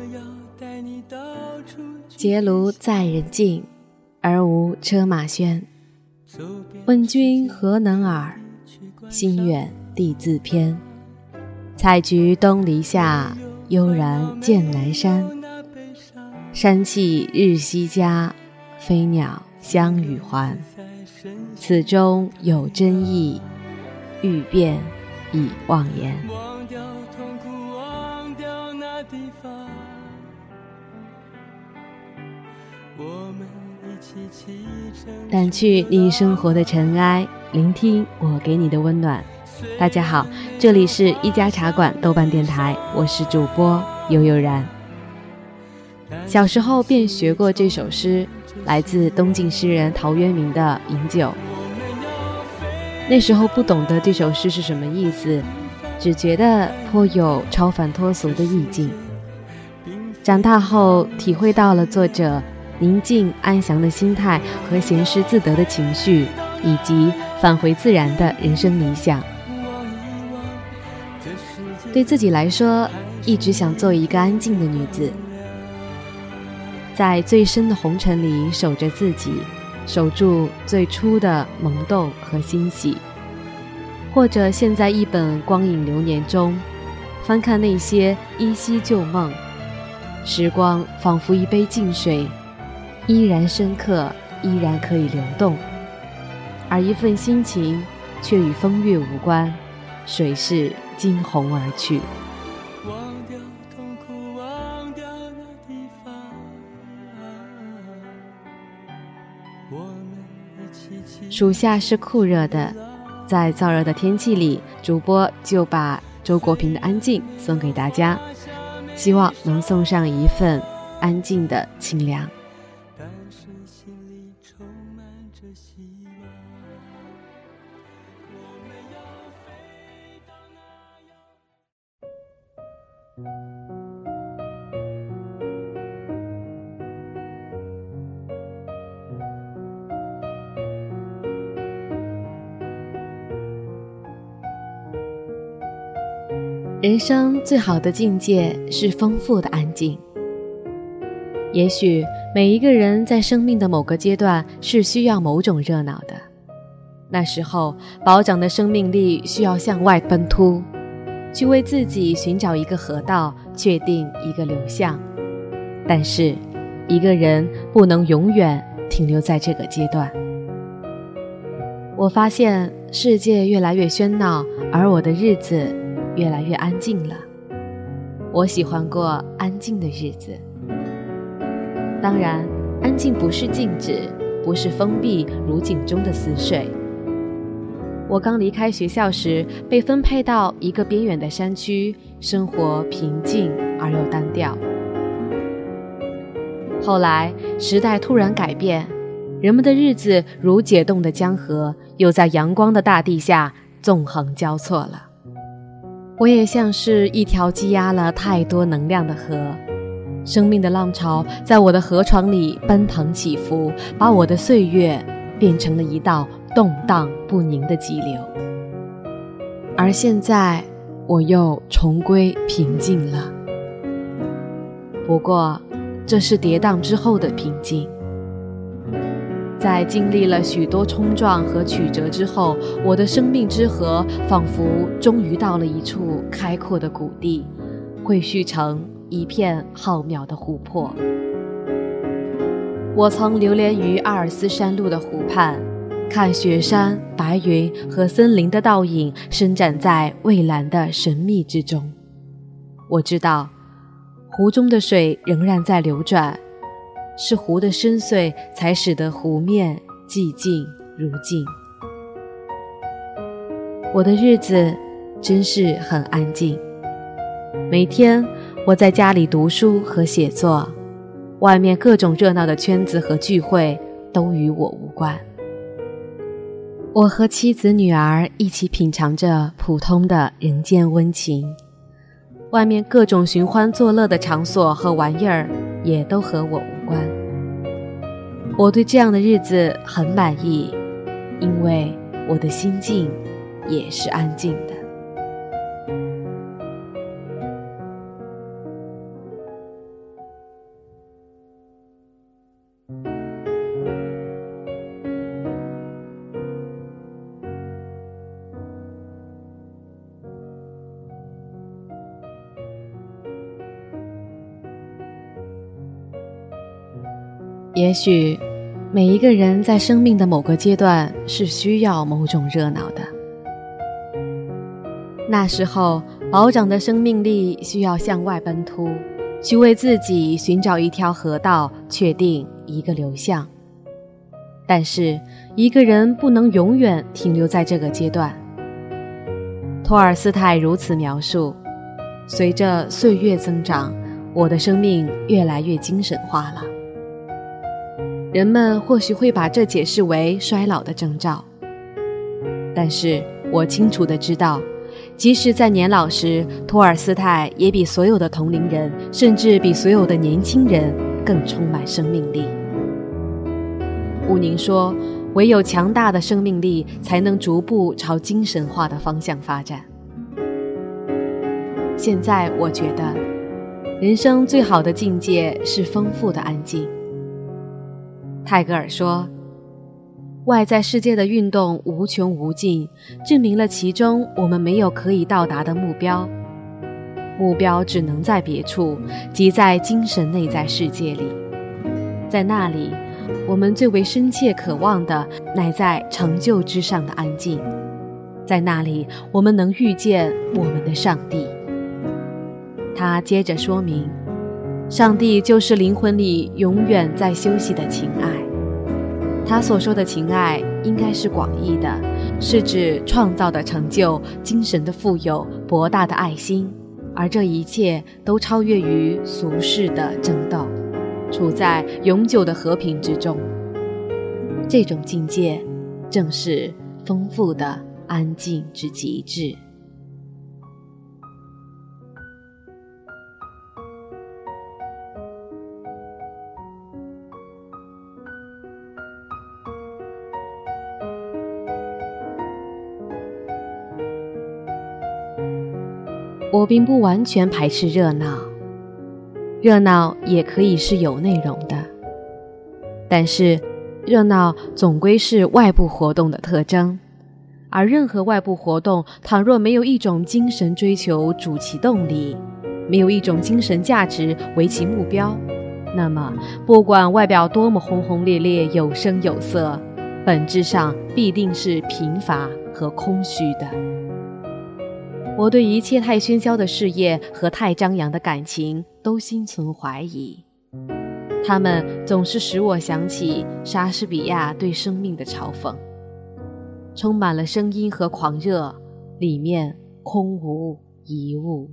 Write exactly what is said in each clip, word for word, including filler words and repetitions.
结庐在人境，而无车马喧。问君何能尔？心远地自偏。采菊东篱下，悠然见南山。山气日夕佳，飞鸟相与还。此中有真意，欲辨已忘言。忘掉痛苦，忘掉那地方，我们一起启程，掸去你生活的尘埃，聆听我给你的温暖。大家好，这里是一家茶馆豆瓣电台，我是主播悠悠然。小时候便学过这首诗，来自东晋诗人陶渊明的《饮酒》。那时候不懂得这首诗是什么意思，只觉得颇有超凡脱俗的意境。长大后体会到了作者宁静安详的心态和闲适自得的情绪，以及返回自然的人生理想。对自己来说，一直想做一个安静的女子，在最深的红尘里守着自己，守住最初的萌动和欣喜，或者陷在一本光影流年中，翻看那些依稀旧梦。时光仿佛一杯静水，依然深刻，依然可以流动，而一份心情却与风月无关，水是惊鸿而去。忘掉痛苦，忘掉那地方，我们一起起。暑夏是酷热的，在燥热的天气里，主播就把周国平的《安静》送给大家，希望能送上一份安静的清凉。但是心里充满着希望，我们要飞到人生最好的境界是丰富的安静。也许每一个人在生命的某个阶段是需要某种热闹的，那时候饱长的生命力需要向外奔突，去为自己寻找一个河道，确定一个流向。但是一个人不能永远停留在这个阶段。我发现世界越来越喧闹，而我的日子越来越安静了。我喜欢过安静的日子。当然，安静不是静止，不是封闭如井中的死水。我刚离开学校时，被分配到一个边远的山区，生活平静而又单调。后来，时代突然改变，人们的日子如解冻的江河，又在阳光的大地下纵横交错了。我也像是一条积压了太多能量的河，生命的浪潮在我的河床里奔腾起伏，把我的岁月变成了一道动荡不宁的激流。而现在我又重归平静了，不过这是跌宕之后的平静。在经历了许多冲撞和曲折之后，我的生命之河仿佛终于到了一处开阔的谷地，汇聚成一片浩渺的湖泊。我曾流连于阿尔斯山路的湖畔，看雪山、白云和森林的倒影伸展在蔚蓝的神秘之中。我知道湖中的水仍然在流转，是湖的深邃才使得湖面寂静如镜。我的日子真是很安静，每天我在家里读书和写作，外面各种热闹的圈子和聚会都与我无关。我和妻子女儿一起品尝着普通的人间温情，外面各种寻欢作乐的场所和玩意儿也都和我无关。我对这样的日子很满意，因为我的心境也是安静的。 也许每一个人在生命的某个阶段是需要某种热闹的，那时候饱长的生命力需要向外奔突，去为自己寻找一条河道，确定一个流向。但是一个人不能永远停留在这个阶段。托尔斯泰如此描述，随着岁月增长，我的生命越来越精神化了。人们或许会把这解释为衰老的征兆，但是我清楚地知道，即使在年老时，托尔斯泰也比所有的同龄人，甚至比所有的年轻人更充满生命力。乌宁说，唯有强大的生命力才能逐步朝精神化的方向发展。现在我觉得，人生最好的境界是丰富的安静。泰戈尔说，外在世界的运动无穷无尽，证明了其中我们没有可以到达的目标，目标只能在别处，即在精神内在世界里。在那里，我们最为深切渴望的乃在成就之上的安静，在那里我们能遇见我们的上帝。他接着说明，上帝就是灵魂里永远在休息的情爱。他所说的情爱应该是广义的，是指创造的成就、精神的富有、博大的爱心，而这一切都超越于俗世的争斗，处在永久的和平之中。这种境界正是丰富的安静之极致。我并不完全排斥热闹，热闹也可以是有内容的，但是热闹总归是外部活动的特征，而任何外部活动倘若没有一种精神追求主其动力，没有一种精神价值为其目标，那么不管外表多么轰轰烈烈、有声有色，本质上必定是贫乏和空虚的。我对一切太喧嚣的事业和太张扬的感情都心存怀疑，它们总是使我想起莎士比亚对生命的嘲讽，充满了声音和狂热，里面空无一物。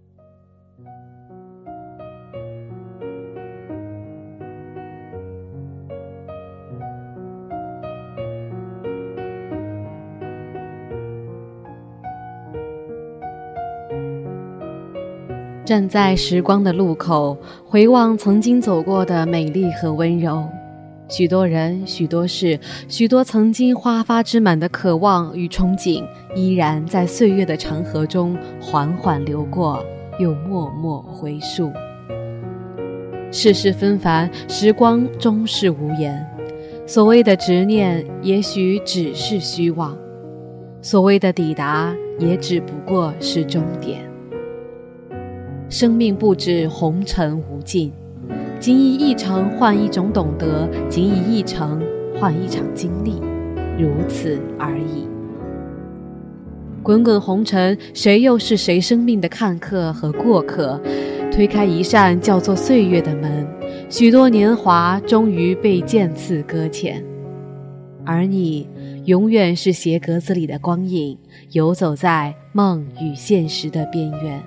站在时光的路口，回望曾经走过的美丽和温柔，许多人、许多事、许多曾经花发枝满的渴望与憧憬，依然在岁月的长河中缓缓流过，又默默回溯。世事纷繁，时光终是无言。所谓的执念，也许只是虚妄；所谓的抵达，也只不过是终点。生命不止红尘无尽，仅以一程换一种懂得，仅以一程换一场经历，如此而已。滚滚红尘，谁又是谁生命的看客和过客？推开一扇叫做岁月的门，许多年华终于被渐次搁浅，而你永远是鞋格子里的光影，游走在梦与现实的边缘。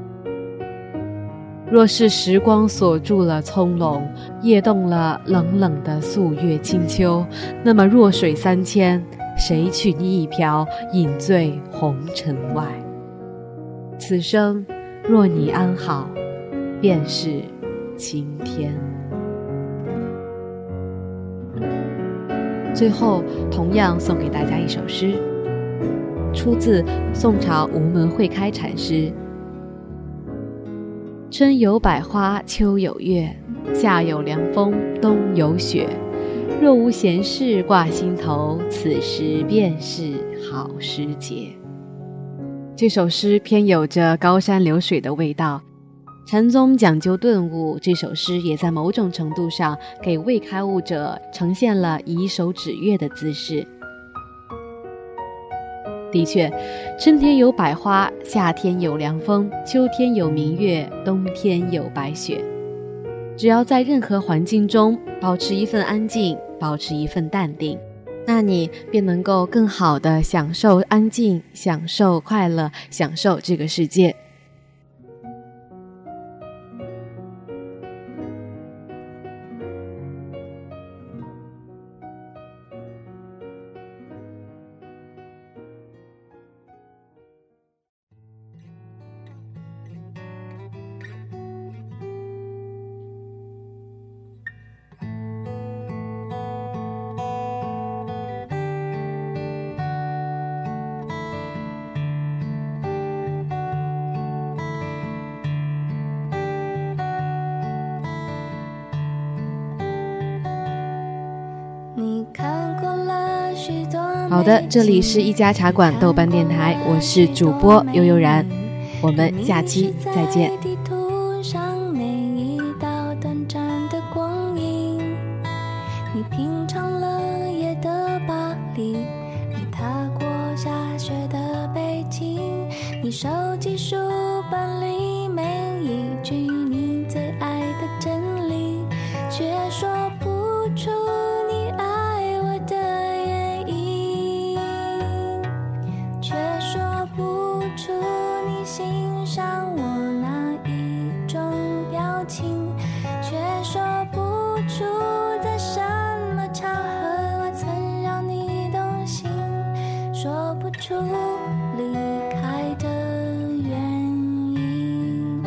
若是时光锁住了葱茏，夜冻了冷冷的素月清秋，那么弱水三千，谁取你一瓢，饮醉红尘外？此生若你安好，便是晴天。最后同样送给大家一首诗，出自宋朝无门慧开禅师。春有百花，秋有月，夏有凉风，冬有雪。若无闲事挂心头，此时便是好时节。这首诗偏有着高山流水的味道， 禅宗讲究顿悟，这首诗也在某种程度上给未开悟者呈现了以手指月的姿势。的确，春天有百花，夏天有凉风，秋天有明月，冬天有白雪。只要在任何环境中保持一份安静，保持一份淡定，那你便能够更好地享受安静，享受快乐，享受这个世界。好的，这里是一家茶馆豆瓣电台，我是主播悠悠然，我们下期再见。 你品尝了夜的巴黎，你踏过下雪的北京，你收集书本里每一句你最爱的真理，却说不出你爱我的原因，却说不出你欣赏我哪一种表情，却说不出在什么场合我曾让你动心，说不出离开的原因。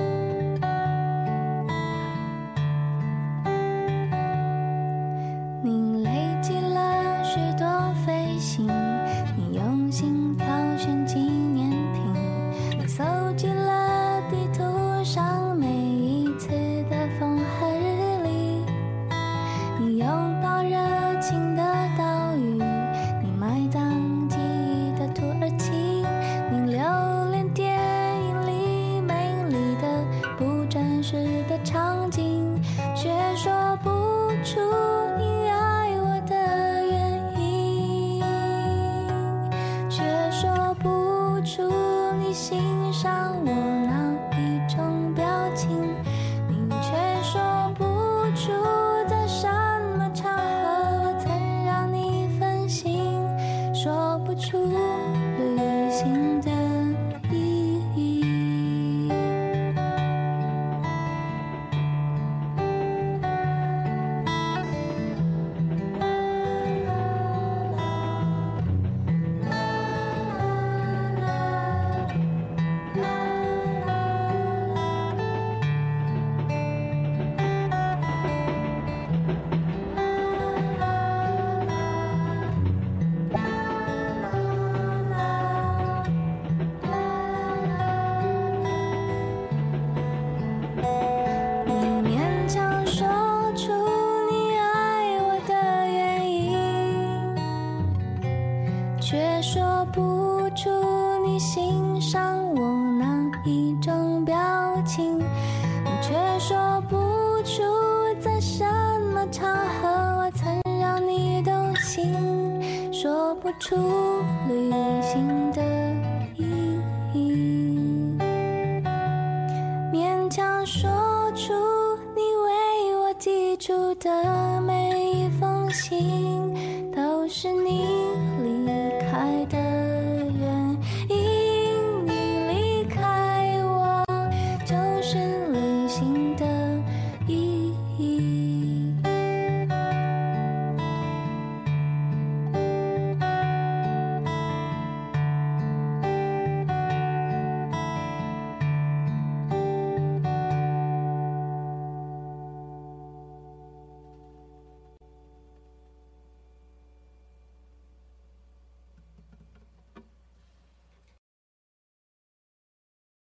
你累积了许多飞行，你用心挑选纪念品，你搜集了地图上每一次的风和日丽，你拥抱热情的岛屿，你埋葬记忆的土耳其，你留恋电影里美丽的不真实的场景，却说不出你爱我的原因，却说不出你欣赏我哪一种表情，你却说不出在什么场合我曾让你分心，说不出旅行的意义。你勉强说出你爱我的原因，却说不出你欣赏我哪一种表情，你却说不出在什么场合我曾让你动心，说不出旅行的意义，勉强说出你为我寄出的每一封信，都是你离开的